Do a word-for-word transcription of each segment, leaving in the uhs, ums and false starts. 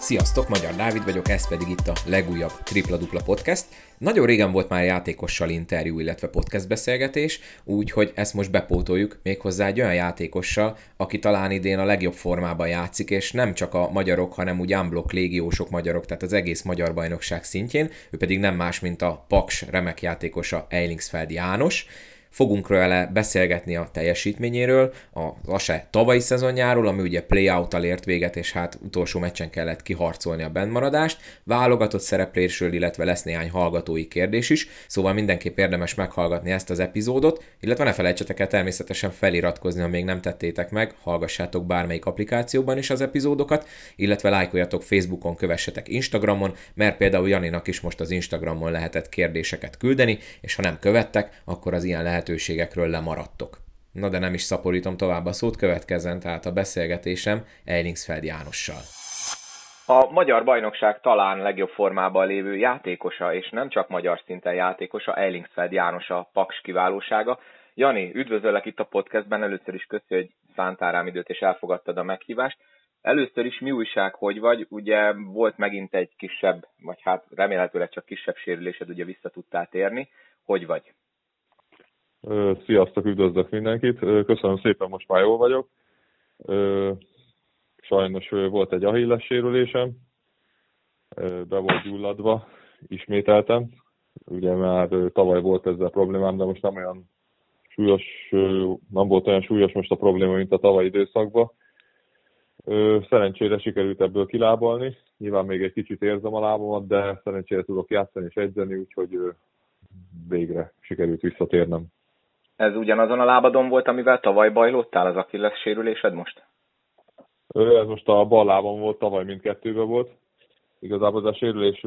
Sziasztok, Magyar Dávid vagyok, ez pedig itt a legújabb Tripla Dupla Podcast. Nagyon régen volt már játékossal interjú, illetve podcast beszélgetés, úgyhogy ezt most bepótoljuk méghozzá egy olyan játékossal, aki talán idén a legjobb formában játszik, és nem csak a magyarok, hanem úgy unblock légiósok magyarok, tehát az egész magyar bajnokság szintjén, ő pedig nem más, mint a Paks remek játékosa Eilingsfeld János. Fogunk vele beszélgetni a teljesítményéről, az á es é tavalyi szezonjáról, ami ugye play-out-tal ért véget, és hát utolsó meccsen kellett kiharcolni a bennmaradást, válogatott szereplésről, illetve lesz néhány hallgatói kérdés is, szóval mindenképp érdemes meghallgatni ezt az epizódot, illetve ne felejtsetek el természetesen feliratkozni, ha még nem tettétek meg, hallgassátok bármelyik applikációban is az epizódokat, illetve lájkoljatok Facebookon, kövessetek Instagramon, mert például Janinak is most az Instagramon lehetett kérdéseket küldeni, és ha nem követtek, akkor az ilyen lehet lehetőségekről lemaradtok. Na de nem is szaporítom tovább a szót, következzen tehát a beszélgetésem Eilingsfeld Jánossal. A magyar bajnokság talán legjobb formában lévő játékosa, és nem csak magyar szinten játékosa, Eilingsfeld János a Paks kiválósága. Jani, üdvözöllek itt a podcastben, először is köszi, hogy szántál rám időt és elfogadtad a meghívást. Először is mi újság, hogy vagy? Ugye volt megint egy kisebb, vagy hát remélhetőleg csak kisebb sérülésed, ugye vissza tudtál térni. Hogy vagy? Sziasztok, üdvözlök mindenkit. Köszönöm szépen, most már jól vagyok. Sajnos volt egy Achilles sérülésem, be volt gyulladva, ismételtem. Ugye már tavaly volt ezzel problémám, de most nem olyan súlyos, nem volt olyan súlyos most a probléma, mint a tavalyi időszakban. Szerencsére sikerült ebből kilábalni. Nyilván még egy kicsit érzem a lábamat, de szerencsére tudok játszani és edzeni, úgyhogy végre sikerült visszatérnem. Ez ugyanazon a lábadon volt, amivel tavaly bajlódtál, az Achilles sérülésed most? Ez most a bal lábam volt, tavaly mindkettőben volt. Igazából ez a sérülés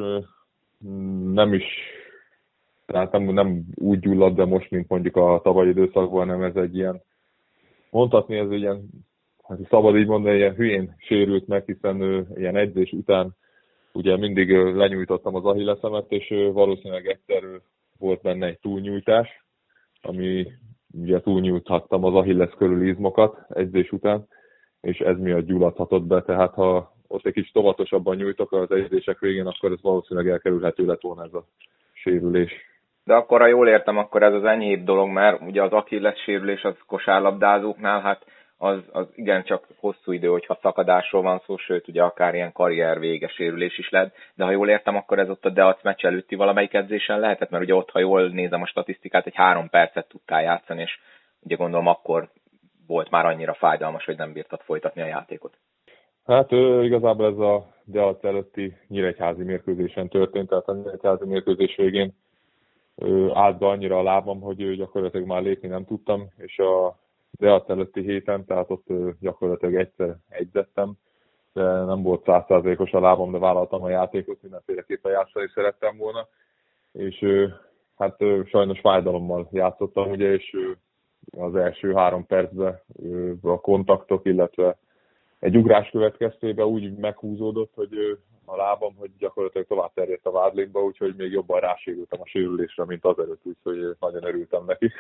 nem is, tehát nem, nem úgy gyullad, de most, mint mondjuk a tavalyi időszakban, hanem ez egy ilyen, mondhatni, ez egy ilyen, hát szabad így mondani, ilyen hülyén sérült meg, hiszen ilyen edzés után ugye mindig lenyújtottam az Achillesemet, és valószínűleg egyszer volt benne egy túlnyújtás, ami ugye túlnyújthattam az Achilles körüli izmokat edzés után, és ez miatt gyulladhatott be, tehát ha ott egy kicsit óvatosabban nyújtok az edzések végén, akkor ez valószínűleg elkerülhető lett volna ez a sérülés. De akkor, ha jól értem, akkor ez az enyhébb dolog, mert ugye az Achilles sérülés az kosárlabdázóknál, hát az, az igencsak hosszú idő, hogyha szakadásról van szó, sőt, ugye akár ilyen karrier vége sérülés is lehet, de ha jól értem, akkor ez ott a Deac meccs előtti valamelyik edzésen lehetett, mert ugye ott, ha jól nézem a statisztikát, egy három percet tudtál játszani, és ugye gondolom akkor volt már annyira fájdalmas, hogy nem bírtad folytatni a játékot. Hát ő, igazából ez a Deac előtti nyíregyházi mérkőzésen történt, tehát a nyíregyházi mérkőzés végén ő, állt be annyira a lábam, hogy ő, gyakorlatilag már lépni nem tudtam, és a Deac előtti héten, tehát ott gyakorlatilag egyszer egyzettem, de nem volt száz százalékos a lábam, de vállaltam a játékot, mindenféleképpen játszani szerettem volna, és hát sajnos fájdalommal játszottam, ugye, és az első három percben a kontaktok, illetve egy ugrás következtében úgy meghúzódott, hogy a lábam, hogy gyakorlatilag tovább terjedt a vádlékba, úgyhogy még jobban rásérültem a sérülésre, mint azelőtt, úgyhogy nagyon örültem neki.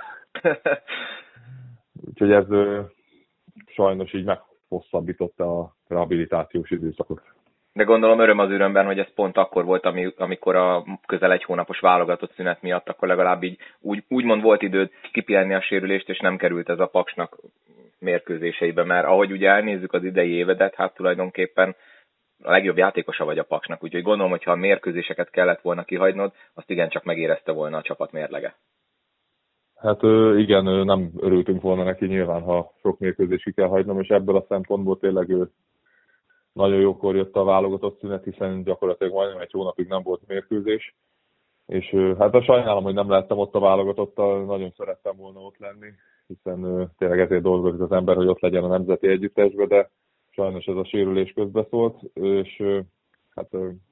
Úgyhogy ez ö, sajnos így meghosszabbította a rehabilitációs időszakot. De gondolom öröm az örömben, hogy ez pont akkor volt, ami, amikor a közel egy hónapos válogatott szünet miatt, akkor legalább így úgy, úgymond volt időd kipihenni a sérülést, és nem került ez a Paksnak mérkőzéseibe, mert ahogy ugye elnézzük az idei évedet, hát tulajdonképpen a legjobb játékosa vagy a Paksnak, úgyhogy gondolom, hogyha a mérkőzéseket kellett volna kihagynod, azt igencsak megérezte volna a csapat mérlege. Hát igen, nem örültünk volna neki nyilván, ha sok mérkőzést ki kell hagynom, és ebből a szempontból tényleg nagyon jókor jött a válogatott szünet, hiszen gyakorlatilag majdnem egy hónapig nem volt mérkőzés. És hát a sajnálom, hogy nem lehettem ott a válogatottal, nagyon szerettem volna ott lenni, hiszen tényleg ezért dolgozik az ember, hogy ott legyen a nemzeti együttesbe, de sajnos ez a sérülés közbeszólt, és hát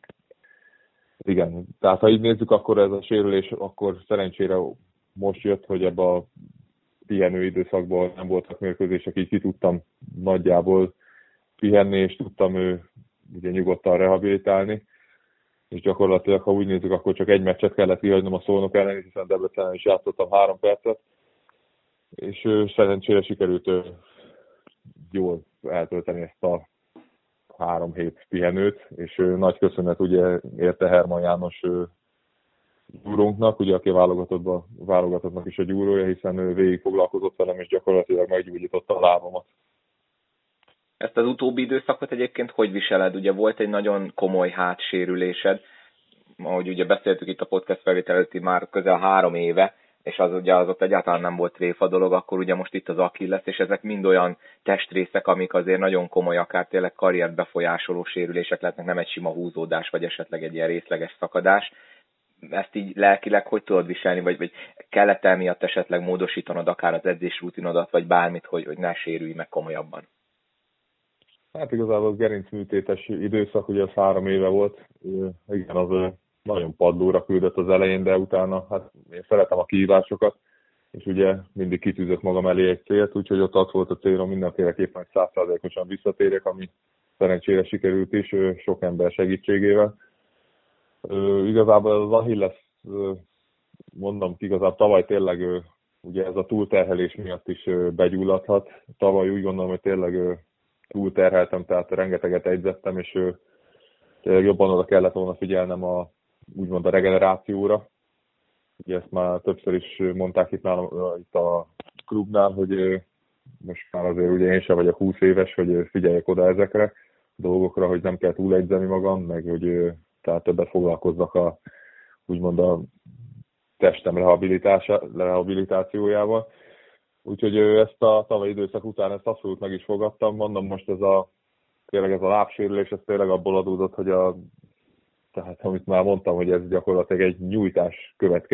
igen, tehát ha így nézzük, akkor ez a sérülés akkor szerencsére most jött, hogy ebbe a pihenő időszakban nem voltak mérkőzések, így ki tudtam nagyjából pihenni, és tudtam ő, ugye nyugodtan rehabilitálni. És gyakorlatilag, ha úgy nézzük, akkor csak egy meccset kellett kihagynom a Szolnok ellen, hiszen Debrecenen is játszottam három percet. És ő, szerencsére sikerült ő, jól eltölteni ezt a három hét pihenőt, és nagy köszönet ugye érte Herman János gyúrónknak, ugye, aki válogatottban, válogatottnak is a gyúrója, hiszen ő végig foglalkozott velem, és gyakorlatilag meggyógyította a lábamat. Ezt az utóbbi időszakot egyébként hogy viseled? Ugye volt egy nagyon komoly hátsérülésed, ahogy ugye beszéltük itt a podcast felvétel előtti már közel három éve, és az ugye az ott egyáltalán nem volt tréfa dolog, akkor ugye most itt az Achilles, és ezek mind olyan testrészek, amik azért nagyon komoly, akár tényleg karriert befolyásoló sérülések lehetnek, nem egy sima húzódás, vagy esetleg egy ilyen részleges szakadás. Ezt így lelkileg hogy tudod viselni, vagy, vagy kellett emiatt esetleg módosítanod akár az edzés rutinodat, vagy bármit, hogy, hogy ne sérülj meg komolyabban? Hát igazából az gerincműtétes időszak, ugye az három éve volt, igen, az nagyon padlóra küldött az elején, de utána hát én szeretem a kihívásokat, és ugye mindig kitűzök magam elé egy célt, úgyhogy ott az volt a célom mindenféleképpen, hogy száz százalékosan visszatérjek, ami szerencsére sikerült is, sok ember segítségével. Igazából az Achilles, mondom ki, igazából tavaly tényleg ugye ez a túlterhelés miatt is begyulladhat. Tavaly úgy gondolom, hogy tényleg túlterheltem, tehát rengeteget edzettem, és tényleg jobban oda kellett volna figyelnem a, úgymond a regenerációra. Ugye ezt már többször is mondták itt, nálam, itt a klubnál, hogy most már azért ugye én sem vagyok húsz éves, hogy figyeljek oda ezekre a dolgokra, hogy nem kell túlegyzeni magam, meg hogy tehát többet foglalkozzak a, úgymond a testem rehabilitációjával. Úgyhogy ezt a tavalyi időszak után ezt abszolút meg is fogadtam. Mondom, most ez a, tényleg ez a lábsérülés, ez tényleg abból adódott, hogy a, tehát amit már mondtam, hogy ez gyakorlatilag egy nyújtás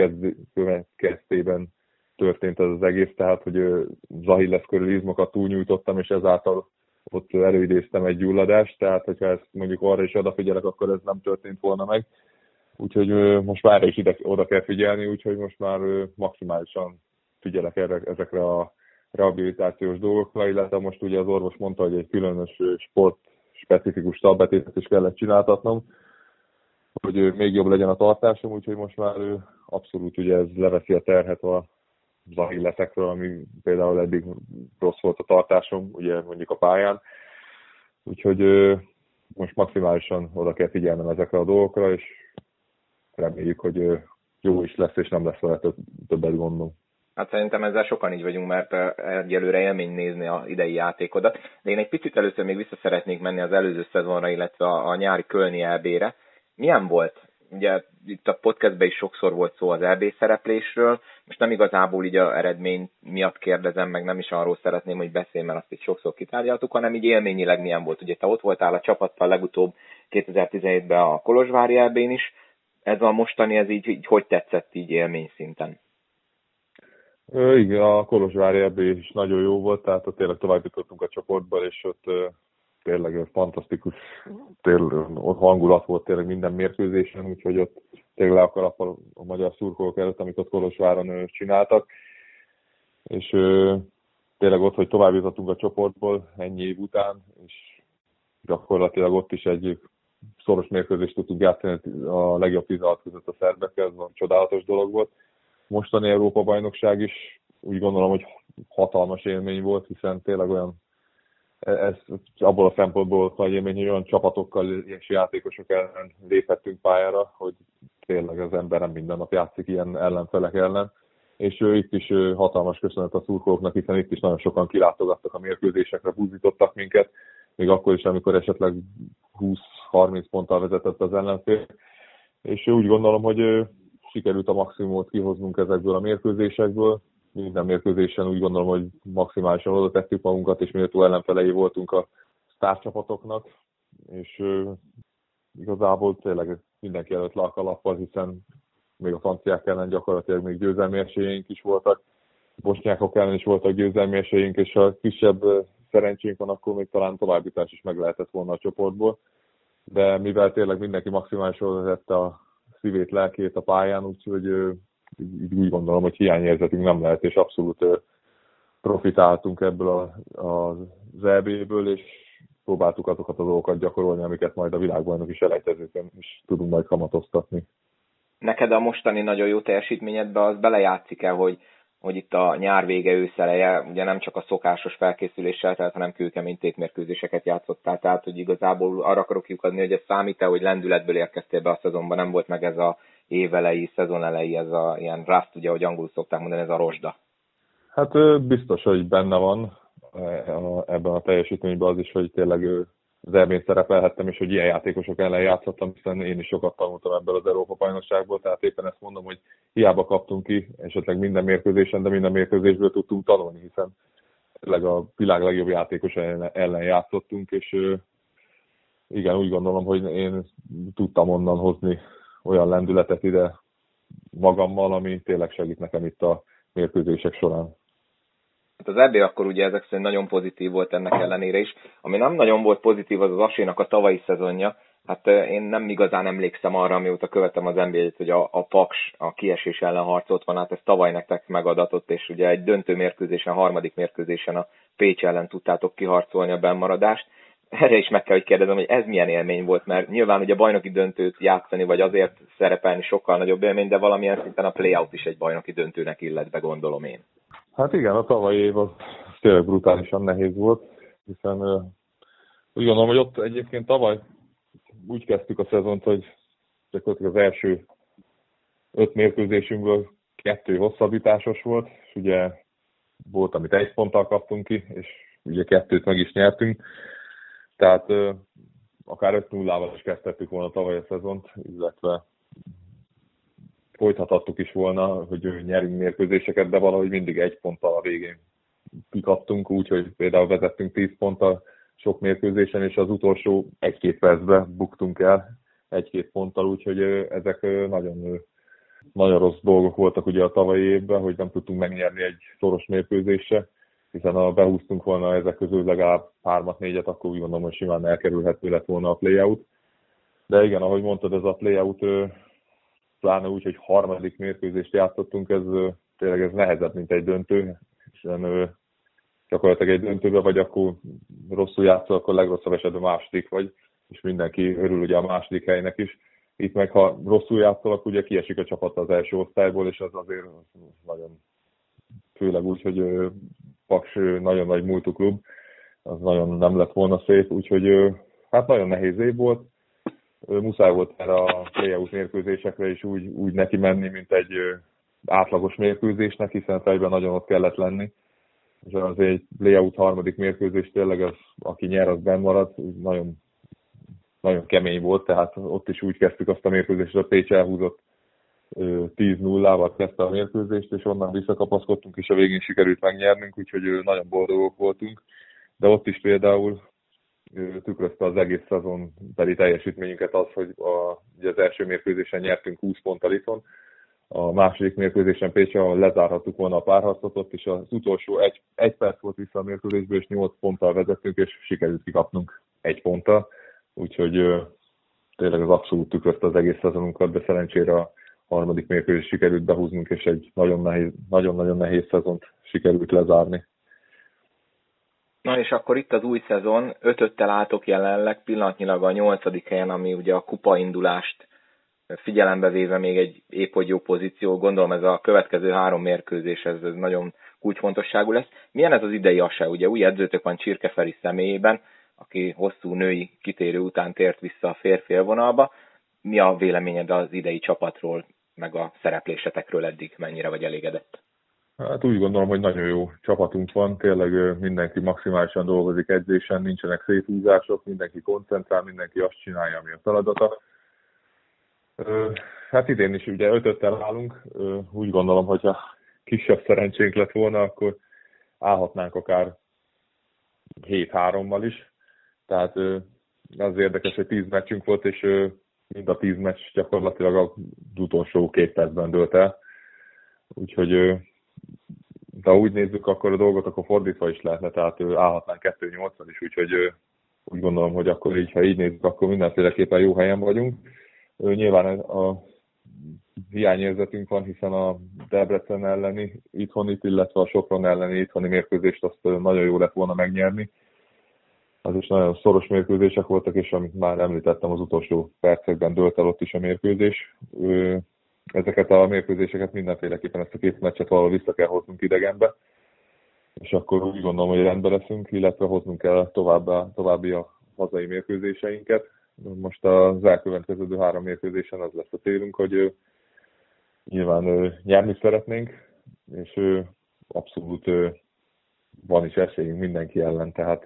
következtében történt ez az egész, tehát hogy az Achilles körül izmokat túlnyújtottam, és ezáltal ott előidéztem egy gyulladást, tehát hogyha ezt mondjuk arra is odafigyelek, akkor ez nem történt volna meg. Úgyhogy most már is ide, oda kell figyelni, úgyhogy most már maximálisan figyelek erre, ezekre a rehabilitációs dolgokra, illetve most ugye az orvos mondta, hogy egy különös sport specifikus tabletétet is kellett csináltatnom, hogy még jobb legyen a tartásom, úgyhogy most már abszolút ugye ez leveszi a terhet a az Achillesekről, ami például eddig rossz volt a tartásom, ugye mondjuk a pályán. Úgyhogy most maximálisan oda kell figyelnem ezekre a dolgokra, és reméljük, hogy jó is lesz, és nem lesz vele többet gondom. Hát szerintem ezzel sokan így vagyunk, mert egyelőre élmény nézni az idei játékodat. De én egy picit először még vissza szeretnék menni az előző szezonra, illetve a, a nyári Kölni é bé-re. Milyen volt? Ugye itt a podcastben is sokszor volt szó az é bé szereplésről, most nem igazából így az eredmény miatt kérdezem, meg nem is arról szeretném, hogy beszélj, mert azt itt sokszor kitárgyaltuk, hanem így élményileg milyen volt. Ugye te ott voltál a csapattal legutóbb kétezer-tizenhétben a Kolozsvári é bén is, ez a mostani, ez így, így hogy tetszett így élmény szinten? Igen, a Kolozsvári é bé is nagyon jó volt, tehát ott tényleg tovább jutottunk a csoportból, és ott tényleg fantasztikus tényleg, ott hangulat volt tényleg minden mérkőzésen, úgyhogy ott tényleg le a kalappal a magyar szurkolók előtt, amit ott Kolozsváron csináltak. És tényleg ott, hogy tovább jutottunk a csoportból ennyi év után, és gyakorlatilag ott is egy szoros mérkőzést tudtunk játszani a legjobb tizenhat között a szerbekkel, ez a csodálatos dolog volt. Mostani Európa-bajnokság is úgy gondolom, hogy hatalmas élmény volt, hiszen tényleg olyan, ez abból a szempontból volt nagy élmény, hogy olyan csapatokkal és játékosok ellen léphettünk pályára, hogy tényleg az ember nem minden nap játszik ilyen ellenfelek ellen. És ő, itt is hatalmas köszönet a szurkolóknak, hiszen itt is nagyon sokan kilátogattak a mérkőzésekre, buzdítottak minket, még akkor is, amikor esetleg húsz-harminc ponttal vezetett az ellenfél. És úgy gondolom, hogy sikerült a maximumot kihoznunk ezekből a mérkőzésekből. Minden mérkőzésen úgy gondolom, hogy maximálisan oda tettük magunkat, és méltó ellenfelei voltunk a sztárcsapatoknak, és uh, igazából tényleg mindenki előtt le a kalappal, hiszen még a franciák ellen gyakorlatilag még győzelmi esélyeink is voltak, bosnyákok ellen is voltak győzelmi esélyeink, és ha kisebb szerencsénk van, akkor még talán továbbjutás is meg lehetett volna a csoportból. De mivel tényleg mindenki maximálisan oda tette a szívét, lelkét a pályán, úgyhogy így úgy gondolom, hogy hiányérzetünk nem lehet, és abszolút profitáltunk ebből a, az é béből, és próbáltuk azokat a dolgokat gyakorolni, amiket majd a világbajnok is elejtezőkön is tudunk majd kamatoztatni. Neked a mostani nagyon jó teljesítményedbe az belejátszik-e, hogy, hogy itt a nyár vége őszeleje, ugye nem csak a szokásos felkészüléssel, tehát hanem kőkemény tétmérkőzéseket játszottál, tehát hogy igazából arra akarok kiukadni, hogy ez számít-e, hogy lendületből érkeztél be a szezonban, nem volt meg ez a évelei, szezon elejé, ez a ilyen rust, ugye, ahogy angolul szokták mondani, ez a rozsda. Hát biztos, hogy benne van ebben a teljesítményben az is, hogy tényleg az é bén szerepelhettem, és hogy ilyen játékosok ellen játszottam, hiszen én is sokat tanultam ebből az Európa-bajnokságból, tehát éppen ezt mondom, hogy hiába kaptunk ki esetleg minden mérkőzésen, de minden mérkőzésből tudtunk tanulni, hiszen tényleg a világ legjobb játékos ellen játszottunk, és igen, úgy gondolom, hogy én tudtam onnan hozni olyan lendületet ide magammal, ami tényleg segít nekem itt a mérkőzések során. Hát az é bé akkor ugye ezek szerint nagyon pozitív volt ennek ellenére is. Ami nem nagyon volt pozitív, az az Asénak a tavalyi szezonja. Hát én nem igazán emlékszem arra, amióta követem az en bé á-t, hogy a, a Paks a kiesés ellen harcolt van, hát ez tavaly nektek megadatott, és ugye egy döntő mérkőzésen, a harmadik mérkőzésen a Pécs ellen tudtátok kiharcolni a bennmaradást. Erre is meg kell, hogy kérdezem, hogy ez milyen élmény volt, mert nyilván ugye bajnoki döntőt játszani, vagy azért szerepelni sokkal nagyobb élmény, de valamilyen szinten a play-out is egy bajnoki döntőnek illet be, gondolom én. Hát igen, a tavalyi év az tényleg brutálisan nehéz volt, hiszen uh, úgy gondolom, hogy ott egyébként tavaly úgy kezdtük a szezont, hogy gyakorlatilag az első öt mérkőzésünkből kettő hosszabbításos volt, és ugye volt, amit egy ponttal kaptunk ki, és ugye kettőt meg is nyertünk, tehát uh, akár öt nullával is kezdtettük volna tavaly a szezont, illetve folytathattuk is volna, hogy nyerünk mérkőzéseket, de valahogy mindig egy ponttal a végén kikaptunk, úgyhogy például vezettünk tíz ponttal sok mérkőzésen, és az utolsó egy-két percben buktunk el egy-két ponttal, úgyhogy ezek nagyon, nagyon rossz dolgok voltak ugye a tavalyi évben, hogy nem tudtunk megnyerni egy szoros mérkőzésre, hiszen ha behúztunk volna ezek közül legalább hármat, négyet, akkor úgy gondolom, hogy simán elkerülhető lett volna a play-out. De igen, ahogy mondtad, ez a play-out pláne úgy, hogy harmadik mérkőzést játszottunk, ez tényleg ez nehezebb, mint egy döntő, hiszen gyakorlatilag egy döntőbe vagy, akkor rosszul játszol, akkor legrosszabb esetben második vagy, és mindenki örül ugye a második helynek is. Itt meg, ha rosszul játszol, akkor ugye kiesik a csapat az első osztályból, és az azért nagyon, főleg úgy, hogy Paks nagyon nagy múltú klub, az nagyon nem lett volna szép, úgyhogy hát nagyon nehéz év volt. Muszáj volt erre a play-out mérkőzésekre is úgy, úgy neki menni, mint egy átlagos mérkőzésnek, hiszen fejben nagyon ott kellett lenni. És az egy play-out harmadik mérkőzés tényleg, az, aki nyer, az benn marad, nagyon, nagyon kemény volt, tehát ott is úgy kezdtük azt a mérkőzést, hogy a Pécs elhúzott tíz nullával kezdte a mérkőzést, és onnan visszakapaszkodtunk, és a végén sikerült megnyernünk, úgyhogy nagyon boldogok voltunk. De ott is például tükrözte az egész szezonbeli teljesítményünket az, hogy a, ugye az első mérkőzésen nyertünk húsz ponttal itthon, a második mérkőzésen Pécs, ahol lezárhattuk volna a párharcot, ott is az utolsó egy, egy perc volt vissza a mérkőzésből, és nyolc ponttal vezettünk, és sikerült kikapnunk egy ponttal. Úgyhogy ö, tényleg az abszolút tükrözte az egész szezonunkat, de szerencsére a harmadik mérkőzés sikerült behúznunk, és egy nagyon nehéz, nagyon-nagyon nehéz szezont sikerült lezárni. Na és akkor itt az új szezon, ötöttel álltok jelenleg, pillanatnyilag a nyolcadik helyen, ami ugye a kupaindulást figyelembe véve még egy épp hogy jó pozíció. Gondolom ez a következő három mérkőzés, ez, ez nagyon kulcsfontosságú lesz. Milyen ez az idei Ase? Ugye új edzőtök van Csirke Feri személyében, aki hosszú női kitérő után tért vissza a férfi élvonalba. Mi a véleményed az idei csapatról, meg a szereplésetekről eddig? Mennyire vagy elégedett? Hát úgy gondolom, hogy nagyon jó csapatunk van, tényleg mindenki maximálisan dolgozik edzésen, nincsenek széthúzások, mindenki koncentrál, mindenki azt csinálja, ami a feladata. Hát idén is ugye ötöttel állunk, úgy gondolom, hogyha kisebb szerencsénk lett volna, akkor állhatnánk akár hét hárommal is. Tehát az érdekes, hogy tíz meccsünk volt, és mind a tíz meccs gyakorlatilag az utolsó két percben dőlt el. Úgyhogy de ha úgy nézzük, akkor a dolgot akkor fordítva is lehetne, tehát állhatnánk kettő nyolccal is, úgyhogy úgy gondolom, hogy akkor így, ha így nézzük, akkor mindenféleképpen jó helyen vagyunk. Nyilván a hiányérzetünk van, hiszen a Debrecen elleni itthonit, illetve a Sopron elleni itthoni mérkőzést azt nagyon jó lett volna megnyerni. Az is nagyon szoros mérkőzések voltak, és amit már említettem, az utolsó percekben dőlt el ott is a mérkőzés. ezeket a mérkőzéseket mindenféleképpen, ezt a két meccset valahol vissza kell hoznunk idegenbe, és akkor úgy gondolom, hogy rendben leszünk, illetve hoznunk kell továbbá, további a hazai mérkőzéseinket. Most az elkövetkező három mérkőzésen az lesz a célunk, hogy nyilván nyerni szeretnénk, és abszolút van is esélyünk mindenki ellen, tehát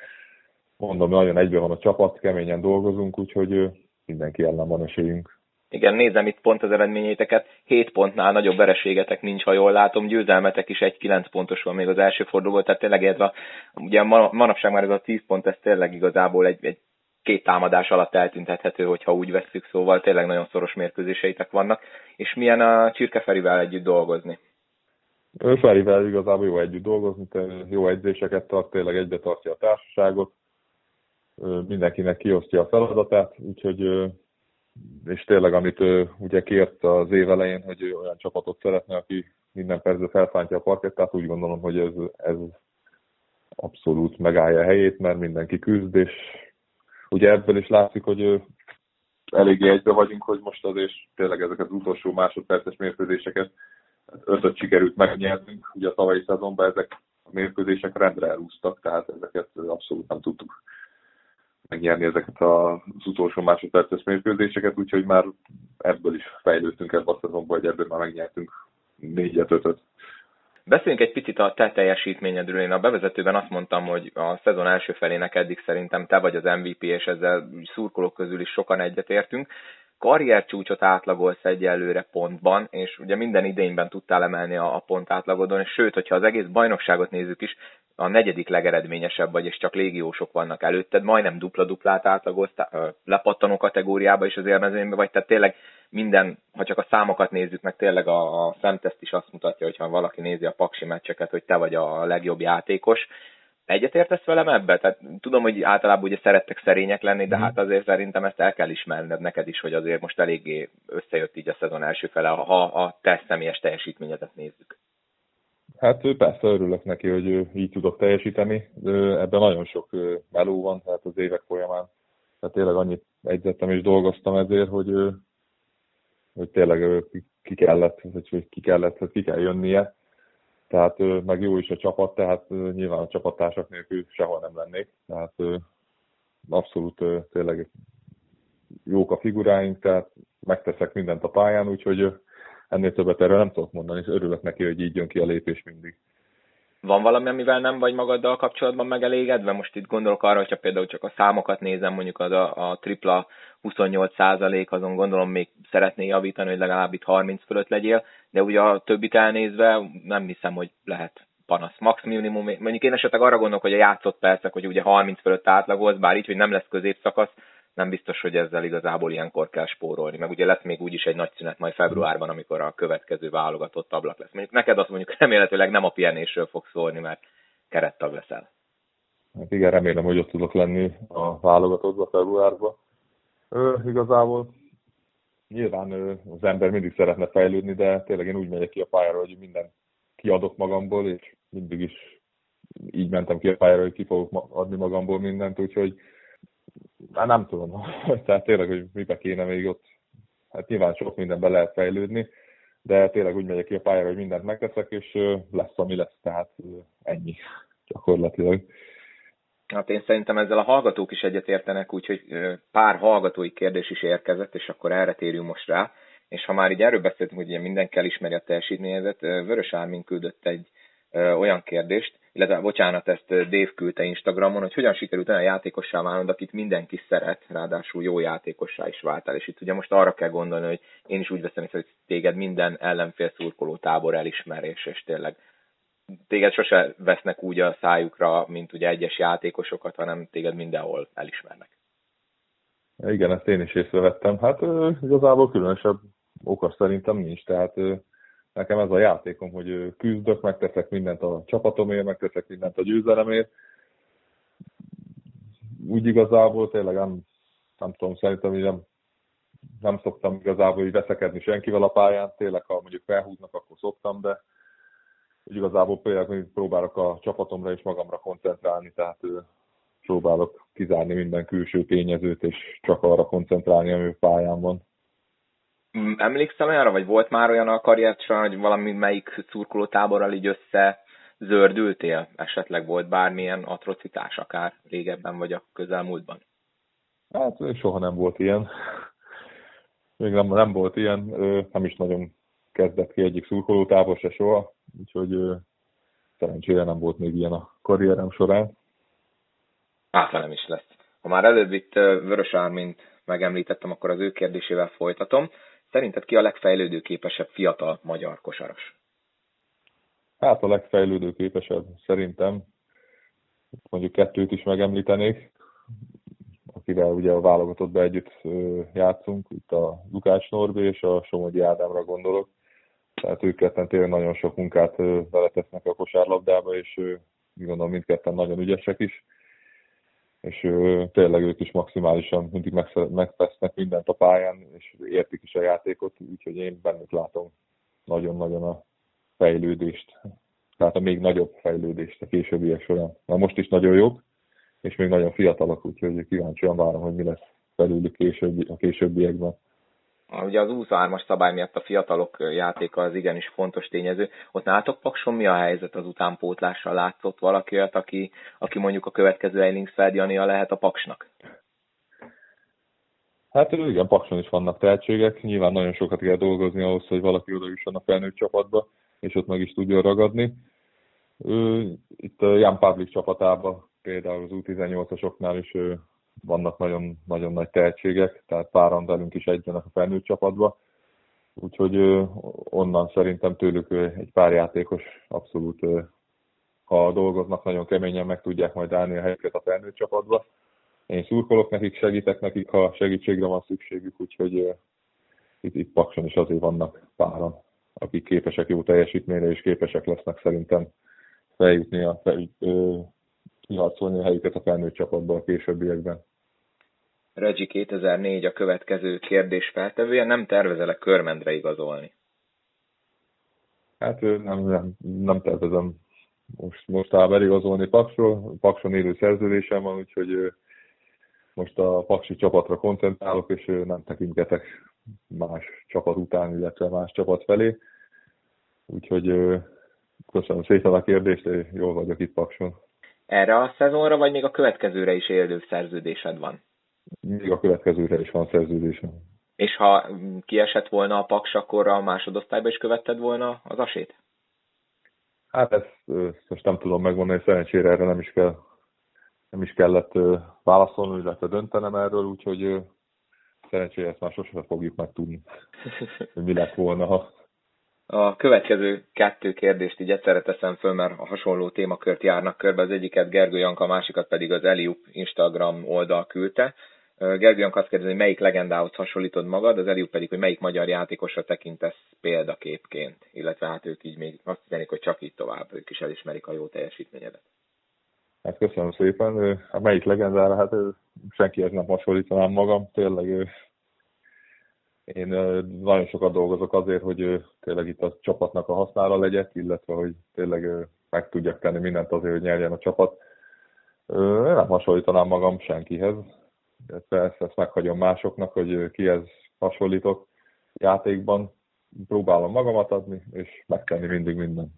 mondom, nagyon egybe van a csapat, keményen dolgozunk, úgyhogy mindenki ellen van esélyünk. Igen, nézem itt pont az eredményeiteket, hét pontnál nagyobb vereségetek nincs, ha jól látom, győzelmetek is egy kilenc pontos van még az első fordulóból, tehát tényleg ez a, ugye manapság már ez a tíz pont, ez tényleg igazából egy, egy két támadás alatt eltüntethető, hogyha úgy vesszük, szóval tényleg nagyon szoros mérkőzéseitek vannak. És milyen a Csirke Ferivel együtt dolgozni? Ferivel igazából jó együtt dolgozni, jó edzéseket tart, tényleg egybe tartja a társaságot, mindenkinek kiosztja a feladatát, úgyhogy és tényleg, amit ugye kért az év elején, hogy olyan csapatot szeretne, aki minden percben felfántja a parkettát, úgy gondolom, hogy ez, ez abszolút megállja a helyét, mert mindenki küzd, és ugye ebből is látszik, hogy eléggé egybe vagyunk, hogy most azért tényleg ezeket az utolsó másodperces mérkőzéseket ötöt sikerült megnyernünk, ugye a tavalyi szezonban ezek a mérkőzések rendre elúsztak, tehát ezeket abszolút nem tudtuk megnyerni ezeket az utolsó másodperces mérkőzéseket, úgyhogy már ebből is fejlődtünk ebben a szezonban, hogy ebből már megnyertünk négyet, ötöt. Beszéljünk egy picit a te teljesítményedről. Én a bevezetőben azt mondtam, hogy a szezon első felének eddig szerintem te vagy az em vé pé, és ezzel szurkolók közül is sokan egyetértünk. Karriercsúcsot átlagolsz egyelőre pontban, és ugye minden idényben tudtál emelni a, a pont átlagodon, és sőt, hogyha az egész bajnokságot nézzük is, a negyedik legeredményesebb vagy, és csak légiósok vannak előtted, majdnem dupla-duplát átlagolsz, lepattanó kategóriába is az élmezőnyben vagy, tehát tényleg minden, ha csak a számokat nézzük, meg tényleg a, a szemteszt is azt mutatja, hogyha valaki nézi a paksi meccseket, hogy te vagy a legjobb játékos. Egyetértesz velem ebbe? Tehát tudom, hogy általában ugye szerettek szerények lenni, de mm. hát azért szerintem ezt el kell ismerned neked is, hogy azért most eléggé összejött így a szezon első fele, ha a te személyes teljesítményedet nézzük. Hát persze örülök neki, hogy így tudok teljesíteni. Ebben nagyon sok meló van, tehát az évek folyamán. Tehát tényleg annyit egyzettem és dolgoztam ezért, hogy, hogy tényleg ki kellett, hogy ki kellett, hogy ki kell jönnie. Tehát meg jó is a csapat, tehát nyilván a csapattársak nélkül sehol nem lennék. Tehát abszolút tényleg jók a figuráink, tehát megteszek mindent a pályán, úgyhogy ennél többet erről nem tudok mondani, és örülök neki, hogy így jön ki a lépés mindig. Van valami, amivel nem vagy magaddal kapcsolatban megelégedve? Most itt gondolok arra, hogyha például csak a számokat nézem, mondjuk az a, a tripla huszonnyolc százalék, azon gondolom még szeretné javítani, hogy legalább itt harminc fölött legyél, de ugye a többit elnézve nem hiszem, hogy lehet panasz. Max minimum, mondjuk én esetleg arra gondolok, hogy a játszott percek, hogy ugye harminc fölött átlagolsz, bár így, hogy nem lesz középszakasz, nem biztos, hogy ezzel igazából ilyenkor kell spórolni. Meg ugye lesz még úgyis egy nagy szünet majd februárban, amikor a következő válogatott ablak lesz. Mondjuk neked azt mondjuk remélhetőleg nem a pihenésről fog szólni, mert kerettag leszel. Hát igen, remélem, hogy ott tudok lenni a válogatottba februárban. Ö, igazából nyilván ö, az ember mindig szeretne fejlődni, de tényleg én úgy megyek ki a pályára, hogy minden kiadok magamból, és mindig is így mentem ki a pályára, hogy ki fogok adni magamból mindent, úgyhogy hát nem tudom, tehát tényleg, hogy mibe kéne még ott, hát nyilván sok mindenben lehet fejlődni, de tényleg úgy megyek ki a pályára, hogy mindent megteszek, és lesz, ami lesz, tehát ennyi gyakorlatilag. Hát én szerintem ezzel a hallgatók is egyetértenek, úgyhogy pár hallgatói kérdés is érkezett, és akkor erre térjünk most rá. És ha már így erről beszéltünk, hogy ugye mindenki elismeri a teljesítményedet, Vörös Ármin küldött egy ö, olyan kérdést, illetve bocsánat, ezt Dave küldte Instagramon, hogy hogyan sikerült olyan játékossá válnod, akit mindenki szeret, ráadásul jó játékossá is váltál. És itt ugye most arra kell gondolni, hogy én is úgy veszem észre, hogy téged minden ellenfél szurkoló tábor elismerés, és tényleg téged sose vesznek úgy a szájukra, mint ugye egyes játékosokat, hanem téged mindenhol elismernek. Igen, ezt én is észrevettem. Hát ö, igazából különösebb oka szerintem nincs, tehát ö, nekem ez a játékom, hogy küzdök, megteszek mindent a csapatomért, megteszek mindent a győzelemért. Úgy igazából tényleg nem, nem tudom, szerintem hogy nem, nem szoktam igazából így veszekedni senkivel a pályán. Tényleg, ha mondjuk felhúznak, akkor szoktam, de úgy igazából például próbálok a csapatomra és magamra koncentrálni, tehát próbálok kizárni minden külső tényezőt, és csak arra koncentrálni, ami pályán van. Emlékszem olyanra, vagy volt már olyan a karriert során, hogy valami melyik szurkolótáborral így összezördültél? Esetleg volt bármilyen atrocitás, akár régebben, vagy a közelmúltban? Hát soha nem volt ilyen. Még nem, nem volt ilyen, nem is nagyon kezdett ki egyik szurkolótábor se soha, úgyhogy szerencsére nem volt még ilyen a karrierem során. Hát, nem is lesz. Ha már előbb itt Vörös Ármint megemlítettem, akkor az ő kérdésével folytatom. Szerinted ki a legfejlődőképesebb fiatal magyar kosaras? Hát a legfejlődőképesebb szerintem, mondjuk kettőt is megemlítenék, akivel ugye a válogatottban együtt játszunk, itt a Lukács Norbi és a Somogyi Ádámra gondolok. Tehát ők ketten tényleg nagyon sok munkát beletesznek a kosárlabdába, és gondolom mindketten nagyon ügyesek is. És tényleg ők is maximálisan mindig megtesznek mindent a pályán, és értik is a játékot, úgyhogy én bennük látom nagyon-nagyon a fejlődést. Tehát a még nagyobb fejlődést a későbbiek során. Na most is nagyon jók, és még nagyon fiatalok, úgyhogy kíváncsian várom, hogy mi lesz belőlük későbbi, a későbbiekben. Ugye az huszonhármas szabály miatt a fiatalok játéka az igenis fontos tényező. Ott nálatok Pakson mi a helyzet az utánpótlással? Látszott valaki olyat, aki, aki mondjuk a következő Eilingsfeld Jania lehet a Paksnak? Hát igen, Pakson is vannak tehetségek. Nyilván nagyon sokat kell dolgozni ahhoz, hogy valaki oda jusson a felnőtt csapatba, és ott meg is tudjon ragadni. Itt a Jan Pavlik csapatában például az U tizennyolcasoknál is vannak nagyon, nagyon nagy tehetségek, tehát páran velünk is egyenek a felnőtt csapatba. Úgyhogy onnan szerintem tőlük egy pár játékos abszolút, ha dolgoznak, nagyon keményen meg tudják majd állni a helyüket a felnőtt csapatba. Én szurkolok nekik, segítek nekik, ha segítségre van szükségük, úgyhogy itt, itt Pakson is azért vannak páran, akik képesek jó teljesítményre, és képesek lesznek szerintem feljutni a kiharcolni a helyüket a felnőtt csapatban a későbbiekben. Reggie kétezer-négy a következő kérdés feltevője, nem tervezel-e Körmendre igazolni? Hát nem, nem, nem tervezem most, mostában igazolni Paksról. Pakson élő szerződésem van, úgyhogy most a paksi csapatra koncentrálok, és nem tekintetek más csapat után, illetve más csapat felé. Úgyhogy köszönöm szépen a kérdést, jól vagyok itt Pakson. Erre a szezonra, vagy még a következőre is élő szerződésed van? Még a következőre is van szerződésem. És ha kiesett volna a Paks, akkor a másodosztályba is követted volna az asét? Hát ezt, ezt most nem tudom megmondani, szerencsére erre nem is kell, nem is kellett válaszolni, illetve döntenem erről, úgyhogy szerencsére ezt már sosem fogjuk megtudni, hogy mi lett volna, ha... A következő kettő kérdést így egyszerre teszem föl, mert a hasonló témakört járnak körbe. Az egyiket Gergő Janka, a másikat pedig az Eliup Instagram oldal küldte. Gergő Janka azt kérdezi, hogy melyik legendához hasonlítod magad, az Eliup pedig, hogy melyik magyar játékosra tekintesz példaképként, illetve hát ők így még azt hisznek, hogy csak így tovább, ők is elismerik a jó teljesítményedet. Hát köszönöm szépen. Hát melyik legendára? Hát senkihez nem hasonlítanám magam, tényleg. Én nagyon sokat dolgozok azért, hogy tényleg itt a csapatnak a hasznára legyek, illetve hogy tényleg meg tudjak tenni mindent azért, hogy nyerjen a csapat. Én nem hasonlítanám magam senkihez. Ezt, ezt meghagyom másoknak, hogy kihez hasonlítok játékban. Próbálom magamat adni, és megtenni mindig mindent.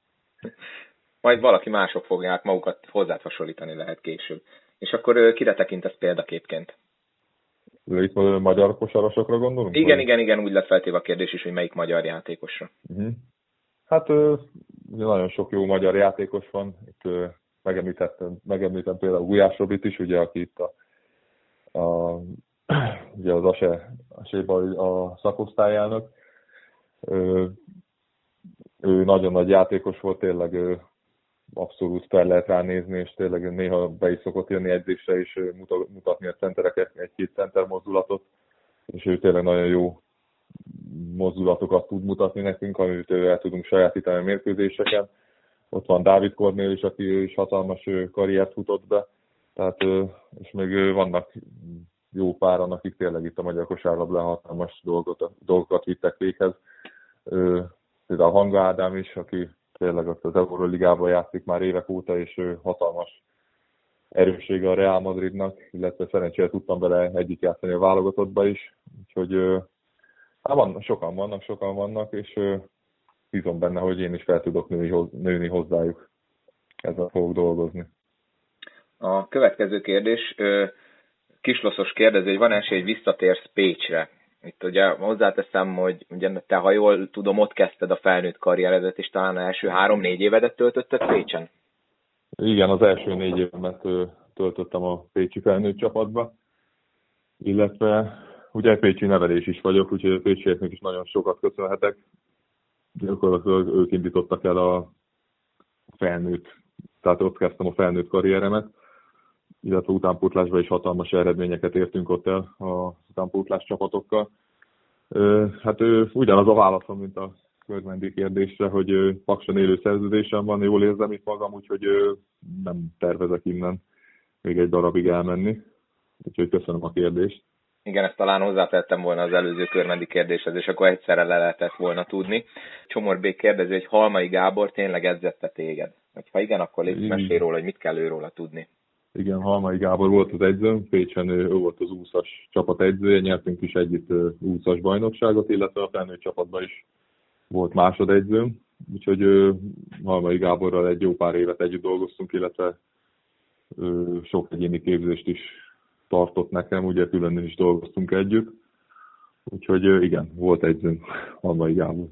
Majd valaki mások fogják magukat hozzád hasonlítani lehet később. És akkor kire tekintesz példaképként? Itt magyar kosarasokra gondolunk? Igen, vagy? igen, igen, úgy lett feltéve a kérdés is, hogy melyik magyar játékosra. Uh-huh. Hát nagyon sok jó magyar játékos van. Itt megemlítettem, megemlítettem például Gulyás Robit is, ugye, aki itt a, a, ugye az ASE, ASE-ban a szakosztályának. Ő, ő nagyon nagy játékos volt, tényleg ő abszolút fel lehet ránézni, és tényleg néha be is szokott jönni edzésre, és mutatni a centereket, egy-két center mozdulatot, és ő tényleg nagyon jó mozdulatokat tud mutatni nekünk, amit el tudunk sajátítani a mérkőzéseken. Ott van Dávid Kornél is, aki is hatalmas karriert futott be, tehát, és még vannak jó páran, akik tényleg itt a magyar kosárlabdán hatalmas dolgot, dolgokat vittek véghez. Például Hanga Ádám is, aki tényleg az Euróligában játszik már évek óta, és hatalmas erőssége a Real Madridnak, illetve szerencsére tudtam vele együtt játszani a válogatottba is. Úgyhogy Hát van, sokan vannak, sokan vannak, és ö, bízom benne, hogy én is fel tudok nőni, nőni hozzájuk. Ezzel fogok dolgozni. A következő kérdés, Kisloszos kérdezi, hogy van esély, hogy visszatérsz Pécsre. Itt ugye hozzáteszem, hogy ugye te, ha jól tudom, ott kezdted a felnőtt karrieredet, és talán az első három-négy évedet töltötted Pécsen? Igen, az első négy évemet töltöttem a pécsi felnőtt csapatba, illetve ugye pécsi nevelés is vagyok, úgyhogy a pécsieknek is nagyon sokat köszönhetek. Gyakorlatilag ők indítottak el a felnőtt, tehát ott kezdtem a felnőtt karrieremet, illetve utánpótlásban is hatalmas eredményeket értünk ott el az utánpótlás csapatokkal. Hát ugyanaz a válaszom, mint a Körmendi kérdésre, hogy Pakson élő szerződésem van, jól érzem itt magam, úgyhogy nem tervezek innen még egy darabig elmenni. Úgyhogy köszönöm a kérdést. Igen, ezt talán hozzátettem volna az előző Körmendi kérdéshez, és akkor egyszerre le lehetett volna tudni. Csomor B kérdezi, hogy Halmai Gábor tényleg edzette téged? Ha igen, akkor légy mesélj róla, hogy mit kell őróla tudni. Igen, Halmai Gábor volt az edzőm, Pécsen ő volt az úszas csapat edzője, nyertünk is együtt úszas bajnokságot, illetve a felnőtt csapatban is volt másodedzőm, úgyhogy Halmai Gáborral egy jó pár évet együtt dolgoztunk, illetve sok egyéni képzést is tartott nekem, ugye külön is dolgoztunk együtt, úgyhogy igen, volt edzőm Halmai Gábor.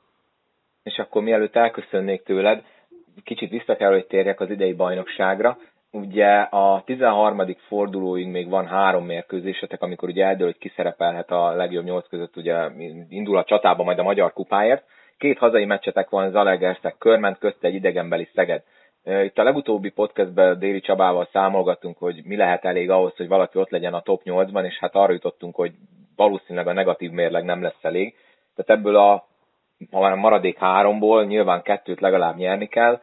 És akkor mielőtt elköszönnék tőled, kicsit vissza kell, hogy térjek az idei bajnokságra. Ugye a tizenharmadik fordulóig még van három mérkőzésetek, amikor ugye eldől, hogy ki szerepelhet a legjobb nyolc között, ugye indul a csatába majd a Magyar Kupáért. Két hazai meccsetek van, Zalaegerszeg, Körment, közt egy idegenbeli Szeged. Itt a legutóbbi podcastben Déri Csabával számolgattunk, hogy mi lehet elég ahhoz, hogy valaki ott legyen a top nyolcban, és hát arra jutottunk, hogy valószínűleg a negatív mérleg nem lesz elég. Tehát ebből a maradék háromból nyilván kettőt legalább nyerni kell.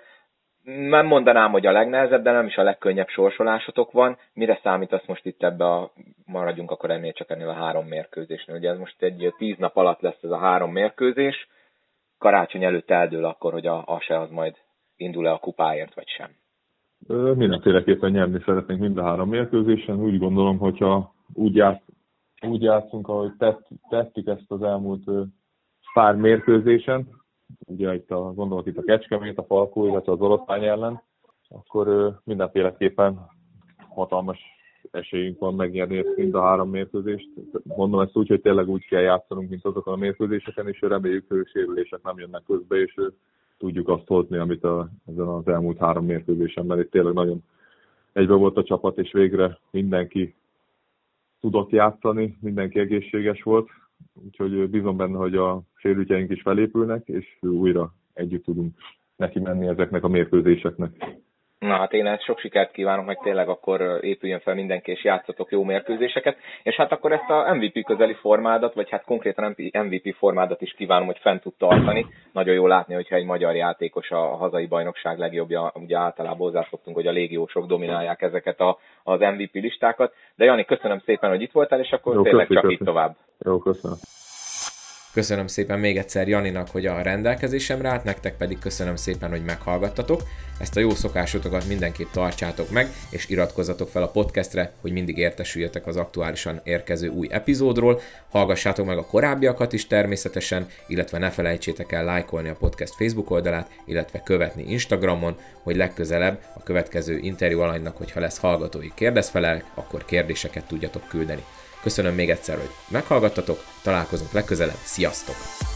Nem mondanám, hogy a legnehezebb, de nem is a legkönnyebb sorsolásotok van. Mire számítasz most itt ebbe a, maradjunk akkor ennél csak ennél a három mérkőzésnél. Ugye ez most egy tíz nap alatt lesz ez a három mérkőzés. Karácsony előtt eldől akkor, hogy a, a se az majd indul-e a kupáért, vagy sem. Mindenféleképpen nyerni szeretnénk mind a három mérkőzésen. Úgy gondolom, hogyha úgy, játsz, úgy játszunk, ahogy tett, tettük ezt az elmúlt pár mérkőzésen, ugye itt a, gondolok itt a Kecskemét, a Falkó, illetve az Oroszlány ellen, akkor mindenféleképpen hatalmas esélyünk van megnyerni ezt mind a három mérkőzést. Mondom ezt úgy, hogy tényleg úgy kell játszanunk, mint azokon a mérkőzéseken, és reméljük, hogy sérülések nem jönnek közbe, és tudjuk azt hozni, amit a, ezen az elmúlt három mérkőzésen, mert itt tényleg nagyon egybe volt a csapat, és végre mindenki tudott játszani, mindenki egészséges volt, úgyhogy bízom benne, hogy a sérültjeink is felépülnek, és újra együtt tudunk neki menni ezeknek a mérkőzéseknek. Na hát én ezt sok sikert kívánok, meg tényleg akkor épüljön fel mindenki, és játszatok jó mérkőzéseket. És hát akkor ezt a em vé pé közeli formádat, vagy hát konkrétan em vé pé formádat is kívánom, hogy fent tud tartani. Nagyon jó látni, hogyha egy magyar játékos a hazai bajnokság legjobbja, ugye általában hozzászoktunk, hogy a légiósok dominálják ezeket a, az em vé pé listákat. De Jani, köszönöm szépen, hogy itt voltál, és akkor jó, tényleg köszi, csak köszi. Így tovább. Jó, köszönöm. Köszönöm szépen még egyszer Janinak, hogy a rendelkezésemre állt, nektek pedig köszönöm szépen, hogy meghallgattatok. Ezt a jó szokásotokat mindenképp tartsátok meg, és iratkozzatok fel a podcastre, hogy mindig értesüljetek az aktuálisan érkező új epizódról. Hallgassátok meg a korábbiakat is természetesen, illetve ne felejtsétek el lájkolni a podcast Facebook oldalát, illetve követni Instagramon, hogy legközelebb a következő interjú alanynak, hogyha lesz hallgatói kérdezfelelek, akkor kérdéseket tudjatok küldeni. Köszönöm még egyszer, hogy meghallgattatok, találkozunk legközelebb, sziasztok!